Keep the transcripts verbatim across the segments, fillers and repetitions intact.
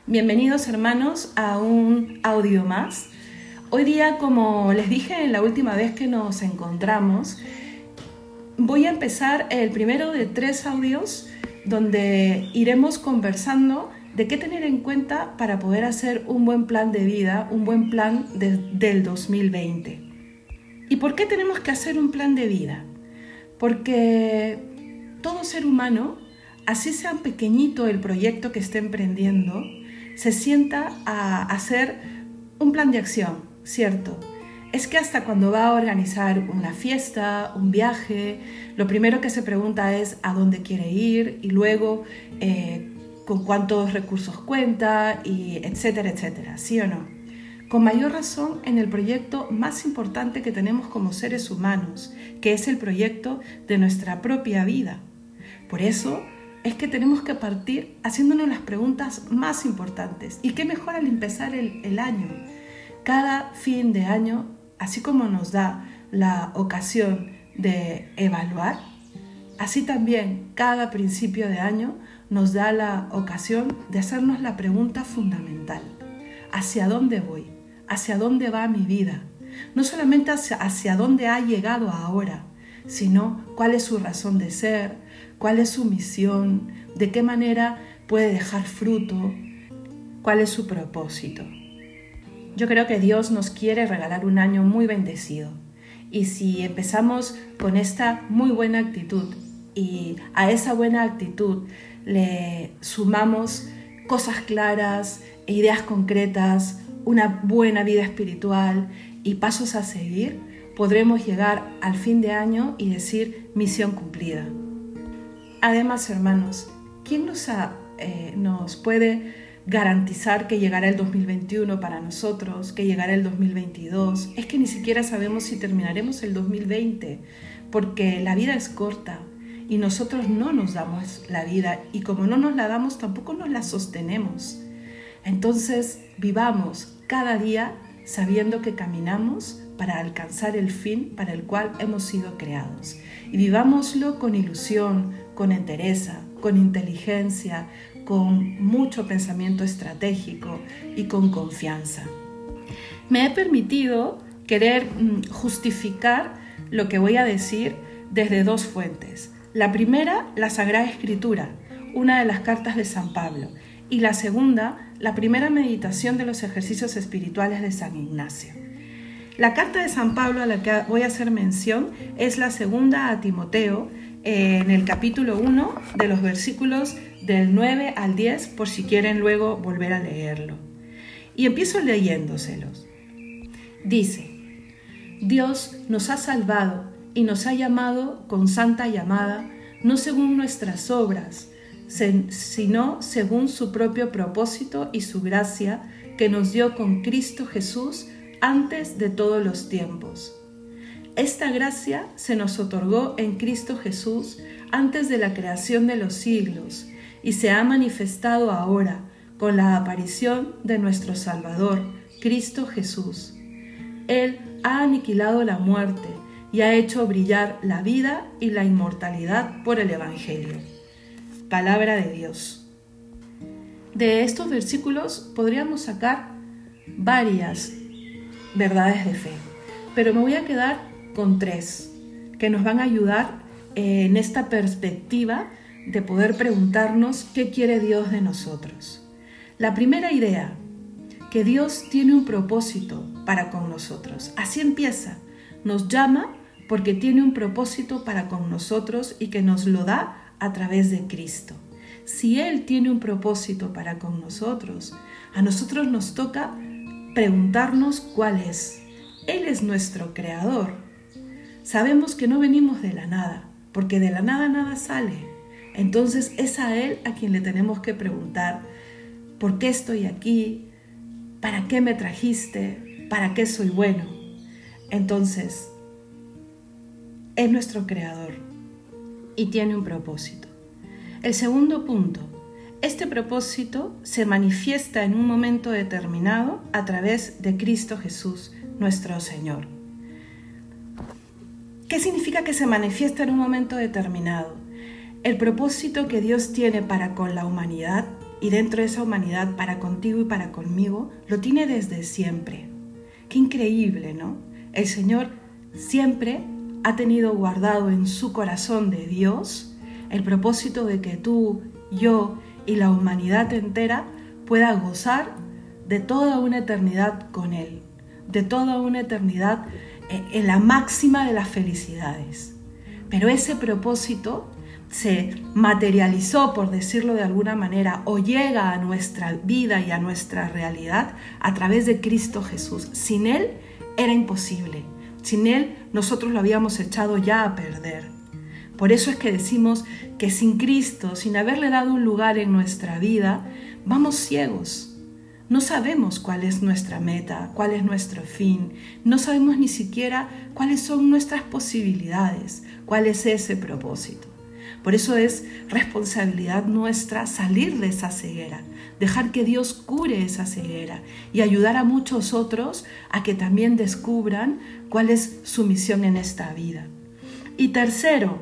Bienvenidos hermanos a un audio más. Hoy día, como les dije en la última vez que nos encontramos, voy a empezar el primero de tres audios donde iremos conversando de qué tener en cuenta para poder hacer un buen plan de vida, un buen plan de, del dos mil veinte. ¿Y por qué tenemos que hacer un plan de vida? Porque todo ser humano, así sea pequeñito el proyecto que esté emprendiendo, se sienta a hacer un plan de acción, ¿cierto? Es que hasta cuando va a organizar una fiesta, un viaje, lo primero que se pregunta es a dónde quiere ir y luego eh, con cuántos recursos cuenta, y etcétera, etcétera, ¿sí o no? Con mayor razón en el proyecto más importante que tenemos como seres humanos, que es el proyecto de nuestra propia vida. Por eso es que tenemos que partir haciéndonos las preguntas más importantes. ¿Y qué mejor al empezar el, el año? Cada fin de año, así como nos da la ocasión de evaluar, así también cada principio de año nos da la ocasión de hacernos la pregunta fundamental. ¿Hacia dónde voy? ¿Hacia dónde va mi vida? No solamente hacia, hacia dónde ha llegado ahora, sino cuál es su razón de ser, cuál es su misión, de qué manera puede dejar fruto, cuál es su propósito. Yo creo que Dios nos quiere regalar un año muy bendecido. Y si empezamos con esta muy buena actitud y a esa buena actitud le sumamos cosas claras, ideas concretas, una buena vida espiritual y pasos a seguir, podremos llegar al fin de año y decir misión cumplida. Además, hermanos, ¿quién nos, ha, eh, nos puede garantizar que llegará el dos mil veintiuno para nosotros, que llegará el dos mil veintidós? Es que ni siquiera sabemos si terminaremos el dos mil veinte, porque la vida es corta y nosotros no nos damos la vida, y como no nos la damos, tampoco nos la sostenemos. Entonces, vivamos cada día sabiendo que caminamos para alcanzar el fin para el cual hemos sido creados. Y vivámoslo con ilusión, con entereza, con inteligencia, con mucho pensamiento estratégico y con confianza. Me he permitido querer justificar lo que voy a decir desde dos fuentes. La primera, la Sagrada Escritura, una de las cartas de San Pablo, y la segunda, la primera meditación de los ejercicios espirituales de San Ignacio. La carta de San Pablo a la que voy a hacer mención es la segunda a Timoteo, eh, en el capítulo uno, de los versículos del nueve al diez, por si quieren luego volver a leerlo. Y empiezo leyéndoselos. Dice: Dios nos ha salvado y nos ha llamado con santa llamada, no según nuestras obras, sino según su propio propósito y su gracia que nos dio con Cristo Jesús antes de todos los tiempos. Esta gracia se nos otorgó en Cristo Jesús antes de la creación de los siglos y se ha manifestado ahora con la aparición de nuestro Salvador, Cristo Jesús. Él ha aniquilado la muerte y ha hecho brillar la vida y la inmortalidad por el Evangelio. Palabra de Dios. De estos versículos podríamos sacar varias verdades de fe, pero me voy a quedar con tres que nos van a ayudar en esta perspectiva de poder preguntarnos qué quiere Dios de nosotros. La primera idea, que Dios tiene un propósito para con nosotros. Así empieza. Nos llama porque tiene un propósito para con nosotros y que nos lo da a través de Cristo. Si Él tiene un propósito para con nosotros, a nosotros nos toca preguntarnos cuál es. Él es nuestro creador. Sabemos que no venimos de la nada, porque de la nada nada sale. Entonces es a Él a quien le tenemos que preguntar: ¿por qué estoy aquí? ¿Para qué me trajiste? ¿Para qué soy bueno? Entonces, es nuestro creador y tiene un propósito. El segundo punto, este propósito se manifiesta en un momento determinado a través de Cristo Jesús, nuestro Señor. ¿Qué significa que se manifiesta en un momento determinado? El propósito que Dios tiene para con la humanidad y dentro de esa humanidad para contigo y para conmigo, lo tiene desde siempre. Qué increíble, ¿no? El Señor siempre ha tenido guardado en su corazón de Dios el propósito de que tú, yo y la humanidad entera pueda gozar de toda una eternidad con Él, de toda una eternidad en la máxima de las felicidades. Pero ese propósito se materializó, por decirlo de alguna manera, o llega a nuestra vida y a nuestra realidad a través de Cristo Jesús. Sin Él era imposible. Sin Él nosotros lo habíamos echado ya a perder. Por eso es que decimos que sin Cristo, sin haberle dado un lugar en nuestra vida, vamos ciegos. No sabemos cuál es nuestra meta, cuál es nuestro fin. No sabemos ni siquiera cuáles son nuestras posibilidades, cuál es ese propósito. Por eso es responsabilidad nuestra salir de esa ceguera, dejar que Dios cure esa ceguera y ayudar a muchos otros a que también descubran cuál es su misión en esta vida. Y tercero,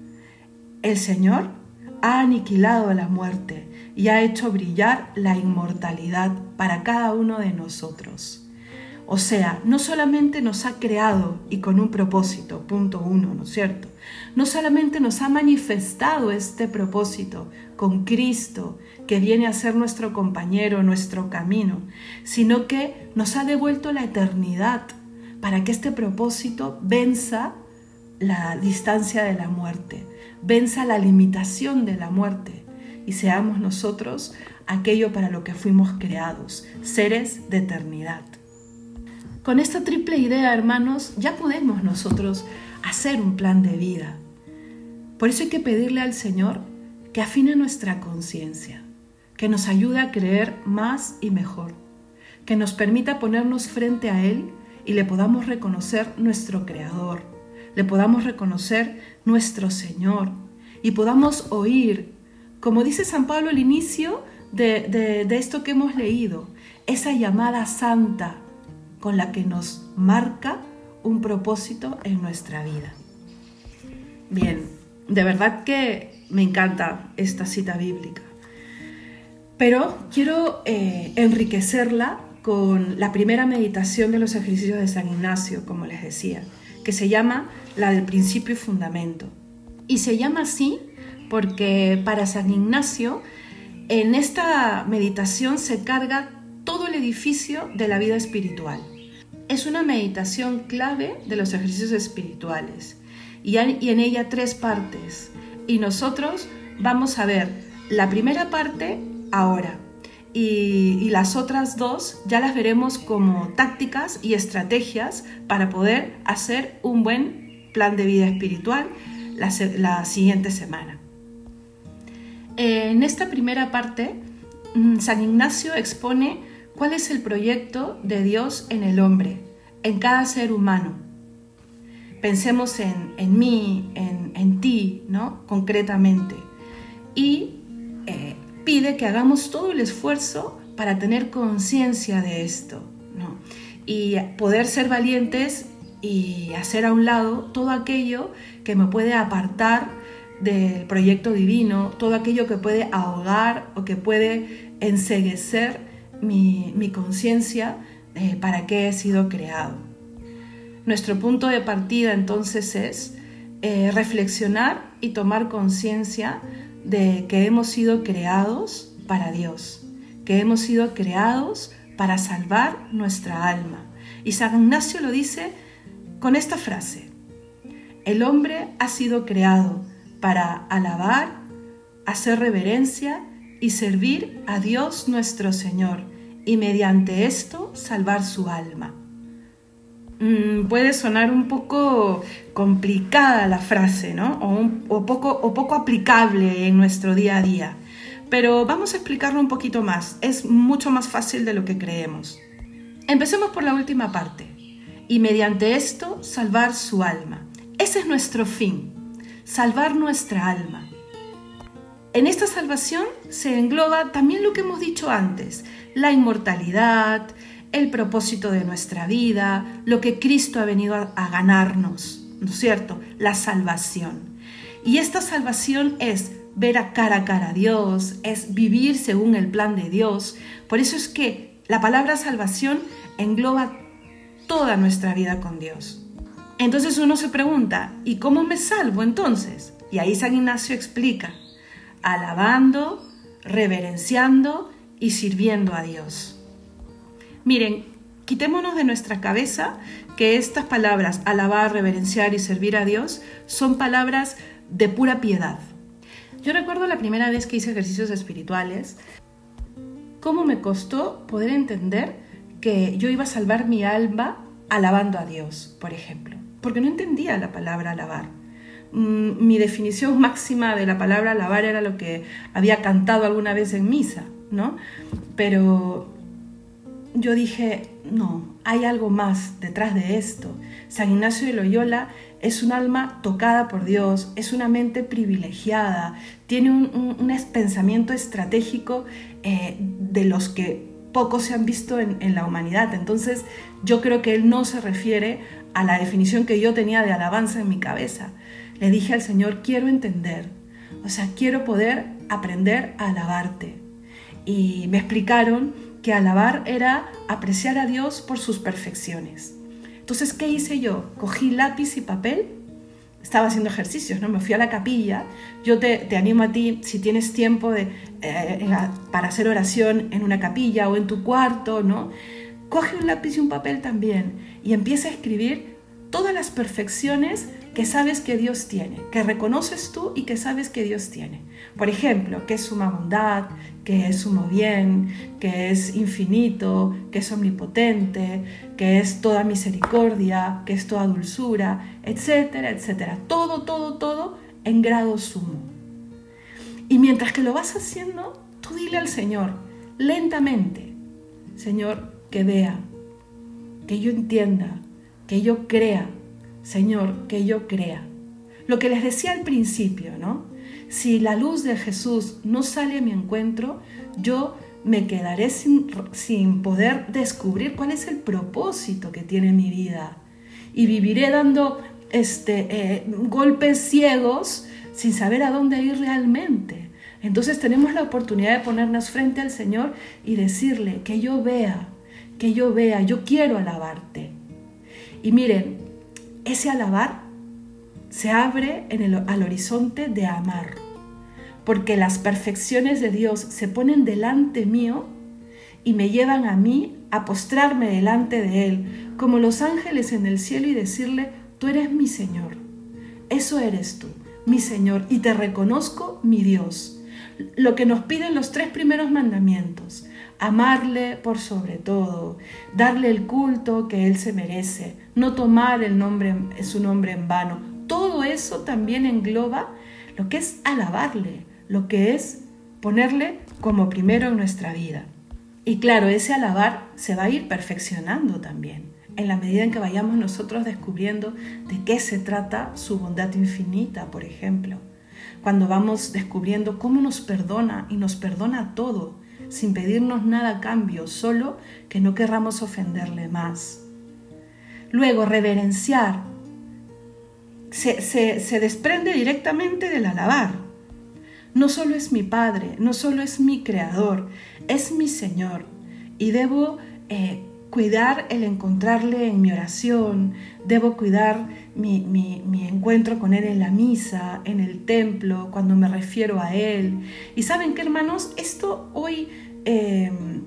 el Señor ha aniquilado la muerte y ha hecho brillar la inmortalidad para cada uno de nosotros. O sea, no solamente nos ha creado y con un propósito, punto uno, ¿no es cierto? No solamente nos ha manifestado este propósito con Cristo, que viene a ser nuestro compañero, nuestro camino, sino que nos ha devuelto la eternidad para que este propósito venza la distancia de la muerte, venza la limitación de la muerte y seamos nosotros aquello para lo que fuimos creados, seres de eternidad. Con esta triple idea, hermanos, ya podemos nosotros hacer un plan de vida. Por eso hay que pedirle al Señor que afine nuestra conciencia, que nos ayude a creer más y mejor, que nos permita ponernos frente a Él y le podamos reconocer nuestro Creador, le podamos reconocer nuestro Señor y podamos oír, como dice San Pablo al inicio de, de, de esto que hemos leído, esa llamada santa con la que nos marca un propósito en nuestra vida. Bien, de verdad que me encanta esta cita bíblica, pero quiero eh, enriquecerla con la primera meditación de los ejercicios de San Ignacio, como les decía, que se llama la del principio y fundamento. Y se llama así porque para San Ignacio en esta meditación se carga todo el edificio de la vida espiritual. Es una meditación clave de los ejercicios espirituales y en ella tres partes. Y nosotros vamos a ver la primera parte ahora y, y las otras dos ya las veremos como tácticas y estrategias para poder hacer un buen plan de vida espiritual la, la siguiente semana. En esta primera parte, San Ignacio expone cuál es el proyecto de Dios en el hombre, en cada ser humano. Pensemos en, en mí, en, en ti, ¿no? Concretamente. Y eh, pide que hagamos todo el esfuerzo para tener conciencia de esto, ¿no? Y poder ser valientes y hacer a un lado todo aquello que me puede apartar del proyecto divino, todo aquello que puede ahogar o que puede enceguecer mi, mi conciencia eh, para qué he sido creado. Nuestro punto de partida entonces es eh, reflexionar y tomar conciencia de que hemos sido creados para Dios, que hemos sido creados para salvar nuestra alma. Y San Ignacio lo dice con esta frase: el hombre ha sido creado para alabar, hacer reverencia y servir a Dios nuestro Señor, y mediante esto salvar su alma. Mm, puede sonar un poco complicada la frase, ¿no? O, un, o, poco, o poco aplicable en nuestro día a día, pero vamos a explicarlo un poquito más. Es mucho más fácil de lo que creemos. Empecemos por la última parte. Y mediante esto salvar su alma. Ese es nuestro fin, salvar nuestra alma. En esta salvación se engloba también lo que hemos dicho antes, la inmortalidad, el propósito de nuestra vida, lo que Cristo ha venido a, a ganarnos, ¿no es cierto? La salvación. Y esta salvación es ver a cara a cara a Dios, es vivir según el plan de Dios. Por eso es que la palabra salvación engloba toda nuestra vida con Dios. Entonces uno se pregunta, ¿y cómo me salvo entonces? Y ahí San Ignacio explica, alabando, reverenciando y sirviendo a Dios. Miren, quitémonos de nuestra cabeza que estas palabras, alabar, reverenciar y servir a Dios, son palabras de pura piedad. Yo recuerdo la primera vez que hice ejercicios espirituales, cómo me costó poder entender que yo iba a salvar mi alma alabando a Dios, por ejemplo, porque no entendía la palabra alabar. Mm, mi definición máxima de la palabra alabar era lo que había cantado alguna vez en misa, ¿no? Pero yo dije, no, hay algo más detrás de esto. San Ignacio de Loyola es un alma tocada por Dios, es una mente privilegiada, tiene un, un, un pensamiento estratégico eh, de los que pocos se han visto en, en la humanidad. Entonces yo creo que él no se refiere a la definición que yo tenía de alabanza en mi cabeza. Le dije al Señor, quiero entender, o sea, quiero poder aprender a alabarte. Y me explicaron que alabar era apreciar a Dios por sus perfecciones. Entonces, ¿qué hice yo? Cogí lápiz y papel, estaba haciendo ejercicios, ¿no? Me fui a la capilla. Yo te, te animo a ti, si tienes tiempo de, eh, para hacer oración en una capilla o en tu cuarto, ¿no? Coge un lápiz y un papel también y empieza a escribir todas las perfecciones que sabes que Dios tiene, que reconoces tú y que sabes que Dios tiene. Por ejemplo, que es suma bondad, que es sumo bien, que es infinito, que es omnipotente, que es toda misericordia, que es toda dulzura, etcétera, etcétera. Todo, todo, todo en grado sumo. Y mientras que lo vas haciendo, tú dile al Señor, lentamente, Señor, que vea, que yo entienda, que yo crea, Señor, que yo crea. Lo que les decía al principio, ¿no? Si la luz de Jesús no sale a mi encuentro, yo me quedaré sin, sin poder descubrir cuál es el propósito que tiene mi vida. Y viviré dando este, eh, golpes ciegos sin saber a dónde ir realmente. Entonces tenemos la oportunidad de ponernos frente al Señor y decirle que yo vea, que yo vea, yo quiero alabarte. Y miren, ese alabar se abre en el, al horizonte de amar, porque las perfecciones de Dios se ponen delante mío y me llevan a mí a postrarme delante de Él, como los ángeles en el cielo, y decirle, tú eres mi Señor, eso eres tú, mi Señor, y te reconozco mi Dios. Lo que nos piden los tres primeros mandamientos, amarle por sobre todo, darle el culto que Él se merece, no tomar el nombre, su nombre en vano. Todo eso también engloba lo que es alabarle, lo que es ponerle como primero en nuestra vida. Y claro, ese alabar se va a ir perfeccionando también, en la medida en que vayamos nosotros descubriendo de qué se trata su bondad infinita, por ejemplo. Cuando vamos descubriendo cómo nos perdona y nos perdona todo, sin pedirnos nada a cambio, solo que no querramos ofenderle más. Luego, reverenciar se, se, se desprende directamente del alabar. No solo es mi Padre, no solo es mi Creador, es mi Señor. Y debo eh, cuidar el encontrarle en mi oración, debo cuidar mi, mi, mi encuentro con Él en la misa, en el templo, cuando me refiero a Él. Y ¿saben qué, hermanos? Esto hoy eh,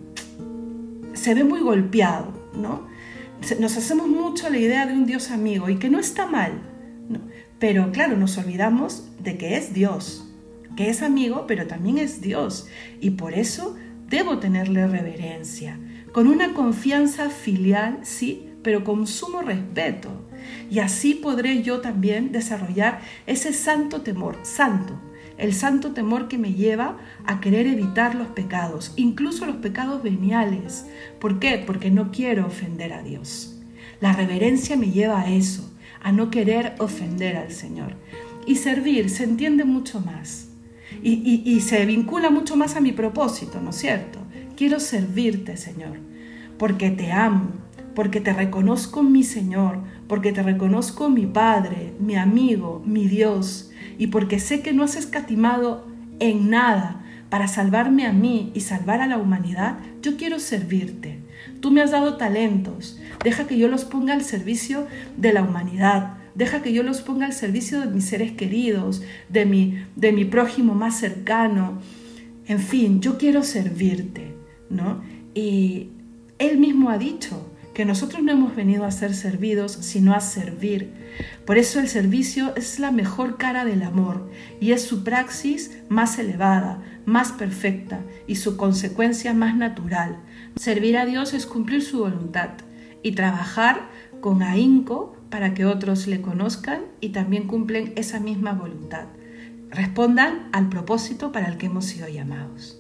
se ve muy golpeado, ¿no? Nos hacemos mucho la idea de un Dios amigo, y que no está mal, ¿no? Pero claro, nos olvidamos de que es Dios, que es amigo, pero también es Dios, y por eso debo tenerle reverencia, con una confianza filial, sí, pero con sumo respeto, y así podré yo también desarrollar ese santo temor, santo, el santo temor que me lleva a querer evitar los pecados, incluso los pecados veniales. ¿Por qué? Porque no quiero ofender a Dios. La reverencia me lleva a eso, a no querer ofender al Señor. Y servir se entiende mucho más. Y, y, y se vincula mucho más a mi propósito, ¿no es cierto? Quiero servirte, Señor, porque te amo, porque te reconozco mi Señor, porque te reconozco mi Padre, mi amigo, mi Dios, y porque sé que no has escatimado en nada para salvarme a mí y salvar a la humanidad, yo quiero servirte. Tú me has dado talentos, deja que yo los ponga al servicio de la humanidad, deja que yo los ponga al servicio de mis seres queridos, de mi, de mi prójimo más cercano. En fin, yo quiero servirte, ¿no? Y Él mismo ha dicho que nosotros no hemos venido a ser servidos, sino a servir. Por eso el servicio es la mejor cara del amor y es su praxis más elevada, más perfecta y su consecuencia más natural. Servir a Dios es cumplir su voluntad y trabajar con ahínco para que otros le conozcan y también cumplen esa misma voluntad. Respondan al propósito para el que hemos sido llamados.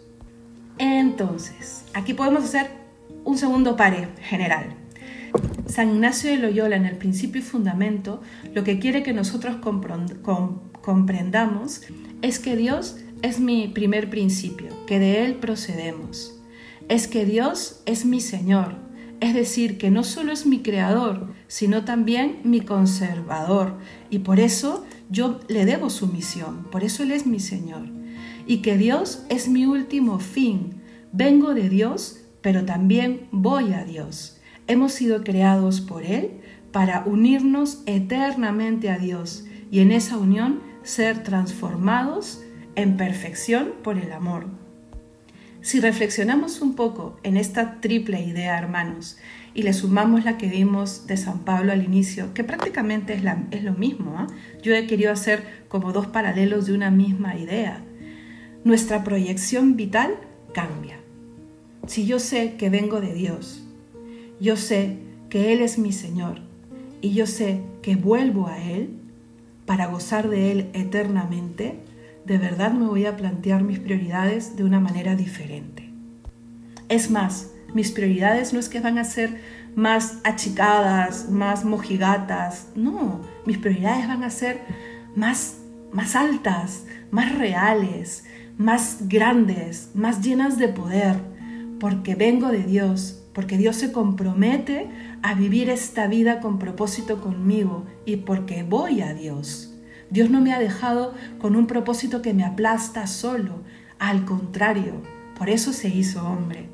Entonces, aquí podemos hacer un segundo pare general. San Ignacio de Loyola, en el Principio y Fundamento, lo que quiere que nosotros comprendamos es que Dios es mi primer principio, que de Él procedemos. Es que Dios es mi Señor, es decir, que no solo es mi creador, sino también mi conservador, y por eso yo le debo sumisión, por eso Él es mi Señor. Y que Dios es mi último fin. Vengo de Dios, pero también voy a Dios. Hemos sido creados por Él para unirnos eternamente a Dios y en esa unión ser transformados en perfección por el amor. Si reflexionamos un poco en esta triple idea, hermanos, y le sumamos la que vimos de San Pablo al inicio, que prácticamente es, la, es lo mismo, ¿eh? Yo he querido hacer como dos paralelos de una misma idea. Nuestra proyección vital cambia. Si yo sé que vengo de Dios, yo sé que Él es mi Señor y yo sé que vuelvo a Él para gozar de Él eternamente, de verdad me voy a plantear mis prioridades de una manera diferente. Es más, mis prioridades no es que van a ser más achicadas, más mojigatas, no, mis prioridades van a ser más, más altas, más reales, más grandes, más llenas de poder, porque vengo de Dios, porque Dios se compromete a vivir esta vida con propósito conmigo y porque voy a Dios. Dios no me ha dejado con un propósito que me aplasta solo, al contrario, por eso se hizo hombre.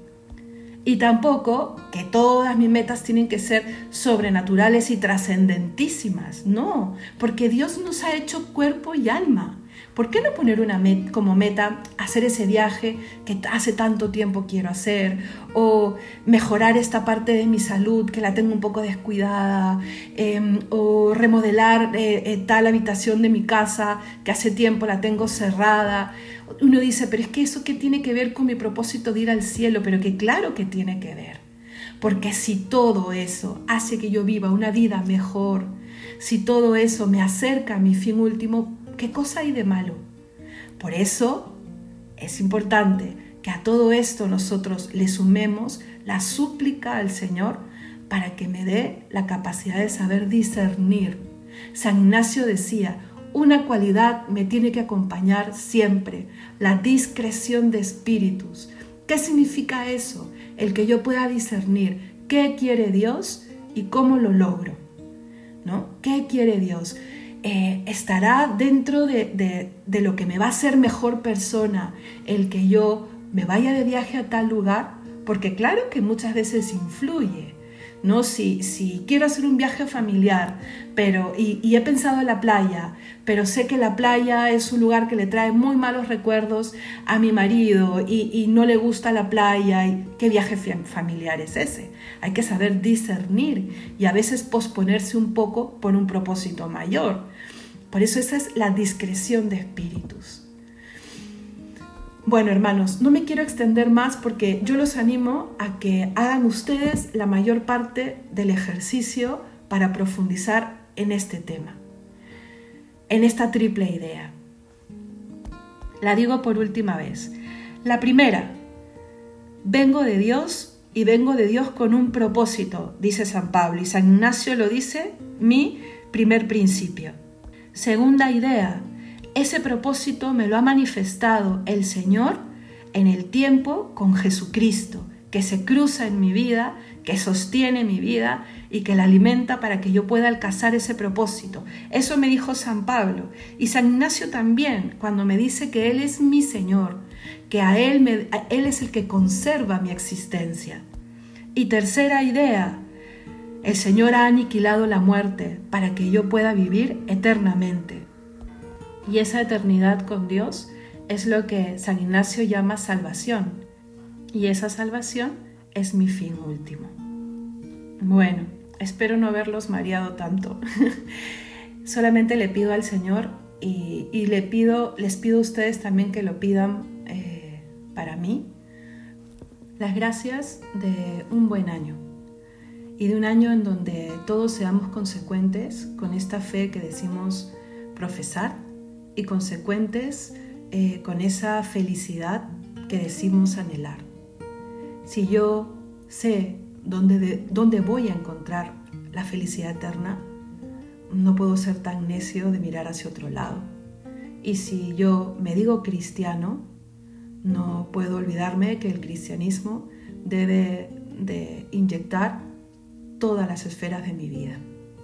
Y tampoco que todas mis metas tienen que ser sobrenaturales y trascendentísimas, no, porque Dios nos ha hecho cuerpo y alma. ¿Por qué no poner una met- como meta hacer ese viaje que hace tanto tiempo quiero hacer? O mejorar esta parte de mi salud que la tengo un poco descuidada, eh, o remodelar eh, eh, tal habitación de mi casa que hace tiempo la tengo cerrada. Uno dice, pero es que eso ¿qué tiene que ver con mi propósito de ir al cielo? Pero que claro que tiene que ver. Porque si todo eso hace que yo viva una vida mejor, si todo eso me acerca a mi fin último, ¿qué cosa hay de malo? Por eso es importante que a todo esto nosotros le sumemos la súplica al Señor para que me dé la capacidad de saber discernir. San Ignacio decía, una cualidad me tiene que acompañar siempre, la discreción de espíritus. ¿Qué significa eso? El que yo pueda discernir qué quiere Dios y cómo lo logro, ¿no? ¿Qué quiere Dios? Eh, estará dentro de, de, de lo que me va a hacer mejor persona el que yo me vaya de viaje a tal lugar, porque claro que muchas veces influye, ¿no? Si, si quiero hacer un viaje familiar pero, y, y he pensado en la playa, pero sé que la playa es un lugar que le trae muy malos recuerdos a mi marido y, y no le gusta la playa, y ¿qué viaje familiar es ese? Hay que saber discernir y a veces posponerse un poco por un propósito mayor. Por eso esa es la discreción de espíritus. Bueno, hermanos, no me quiero extender más porque yo los animo a que hagan ustedes la mayor parte del ejercicio para profundizar en este tema, en esta triple idea. La digo por última vez. La primera, vengo de Dios y vengo de Dios con un propósito, dice San Pablo, y San Ignacio lo dice, mi primer principio. Segunda idea, ese propósito me lo ha manifestado el Señor en el tiempo con Jesucristo, que se cruza en mi vida, que sostiene mi vida y que la alimenta para que yo pueda alcanzar ese propósito. Eso me dijo San Pablo. Y San Ignacio también, cuando me dice que Él es mi Señor, que a Él, me, a Él es el que conserva mi existencia. Y tercera idea, el Señor ha aniquilado la muerte para que yo pueda vivir eternamente. Y esa eternidad con Dios es lo que San Ignacio llama salvación. Y esa salvación es mi fin último. Bueno, espero no haberlos mareado tanto. Solamente le pido al Señor y, y le pido, les pido a ustedes también que lo pidan eh, para mí. Las gracias de un buen año y de un año en donde todos seamos consecuentes con esta fe que decimos profesar y consecuentes eh, con esa felicidad que decimos anhelar. Si yo sé dónde, de, dónde voy a encontrar la felicidad eterna, no puedo ser tan necio de mirar hacia otro lado. Y si yo me digo cristiano, no puedo olvidarme que el cristianismo debe de inyectar todas las esferas de mi vida.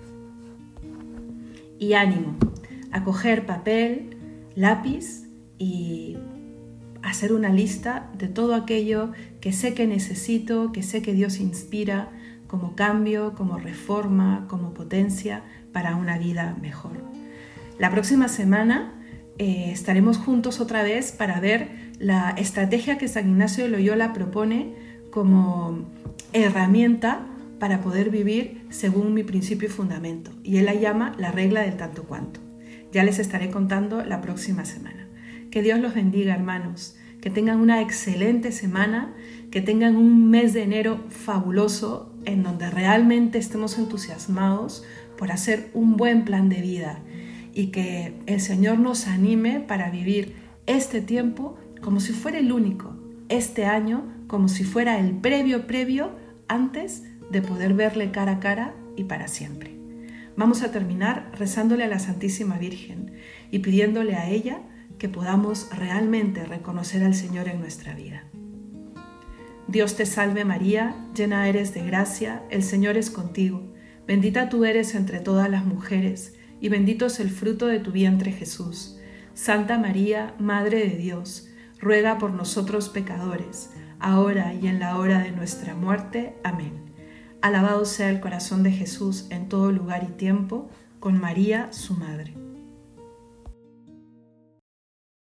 Y ánimo a coger papel, lápiz y hacer una lista de todo aquello que sé que necesito, que sé que Dios inspira como cambio, como reforma, como potencia para una vida mejor. La próxima semana eh, estaremos juntos otra vez para ver la estrategia que San Ignacio de Loyola propone como herramienta para poder vivir según mi principio y fundamento. Y él la llama la regla del tanto cuanto. Ya les estaré contando la próxima semana. Que Dios los bendiga, hermanos. Que tengan una excelente semana, que tengan un mes de enero fabuloso en donde realmente estemos entusiasmados por hacer un buen plan de vida y que el Señor nos anime para vivir este tiempo como si fuera el único, este año como si fuera el previo previo antes de poder verle cara a cara y para siempre. Vamos a terminar rezándole a la Santísima Virgen y pidiéndole a ella que podamos realmente reconocer al Señor en nuestra vida. Dios te salve María, llena eres de gracia, el Señor es contigo. Bendita tú eres entre todas las mujeres, y bendito es el fruto de tu vientre Jesús. Santa María, Madre de Dios, ruega por nosotros pecadores, ahora y en la hora de nuestra muerte. Amén. Alabado sea el corazón de Jesús en todo lugar y tiempo, con María, su Madre.